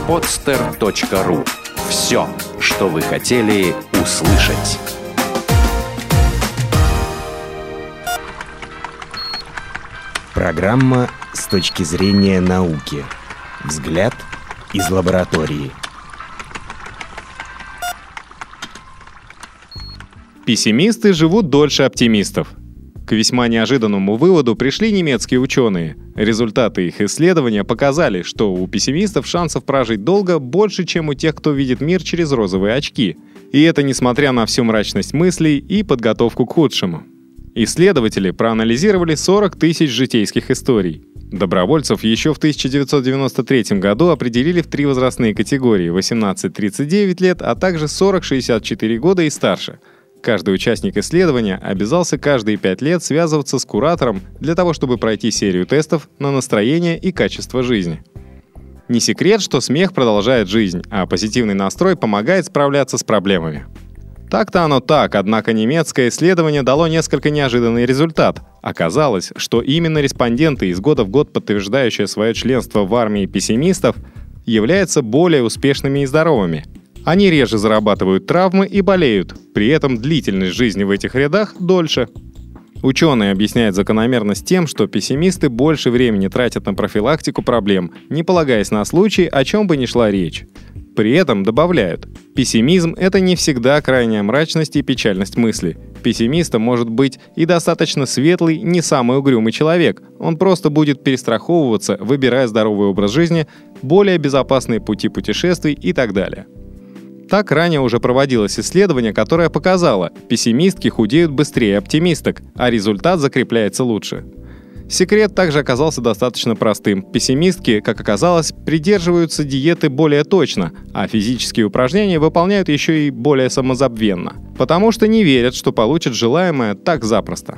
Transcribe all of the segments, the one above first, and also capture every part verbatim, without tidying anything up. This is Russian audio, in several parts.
подстер точка ру. Все, что вы хотели услышать. Программа «С точки зрения науки». Взгляд из лаборатории. Пессимисты живут дольше оптимистов. К весьма неожиданному выводу пришли немецкие ученые. Результаты их исследования показали, что у пессимистов шансов прожить долго больше, чем у тех, кто видит мир через розовые очки. И это несмотря на всю мрачность мыслей и подготовку к худшему. Исследователи проанализировали сорок тысяч житейских историй. Добровольцев еще в тысяча девятьсот девяносто третьем году определили в три возрастные категории – восемнадцать - тридцать девять лет, а также сорок - шестьдесят четыре года и старше. Каждый участник исследования обязался каждые пять лет связываться с куратором для того, чтобы пройти серию тестов на настроение и качество жизни. Не секрет, что смех продолжает жизнь, а позитивный настрой помогает справляться с проблемами. Так-то оно так, однако немецкое исследование дало несколько неожиданный результат. Оказалось, что именно респонденты, из года в год подтверждающие свое членство в армии пессимистов, являются более успешными и здоровыми. Они реже зарабатывают травмы и болеют, при этом длительность жизни в этих рядах дольше. Ученые объясняют закономерность тем, что пессимисты больше времени тратят на профилактику проблем, не полагаясь на случай, о чем бы ни шла речь. При этом добавляют, пессимизм — это не всегда крайняя мрачность и печальность мысли. Пессимистом может быть и достаточно светлый, не самый угрюмый человек. Он просто будет перестраховываться, выбирая здоровый образ жизни, более безопасные пути путешествий и так далее. Так ранее уже проводилось исследование, которое показало, пессимистки худеют быстрее оптимисток, а результат закрепляется лучше. Секрет также оказался достаточно простым. Пессимистки, как оказалось, придерживаются диеты более точно, а физические упражнения выполняют еще и более самозабвенно, потому что не верят, что получат желаемое так запросто.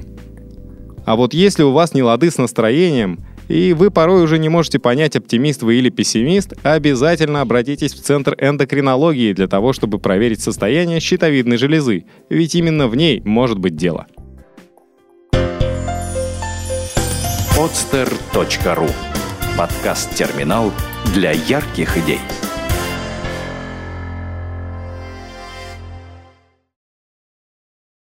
А вот если у вас не лады с настроением, и вы порой уже не можете понять, оптимист вы или пессимист, обязательно обратитесь в Центр эндокринологии для того, чтобы проверить состояние щитовидной железы, ведь именно в ней может быть дело. подстер точка ру. Подкаст-терминал для ярких идей.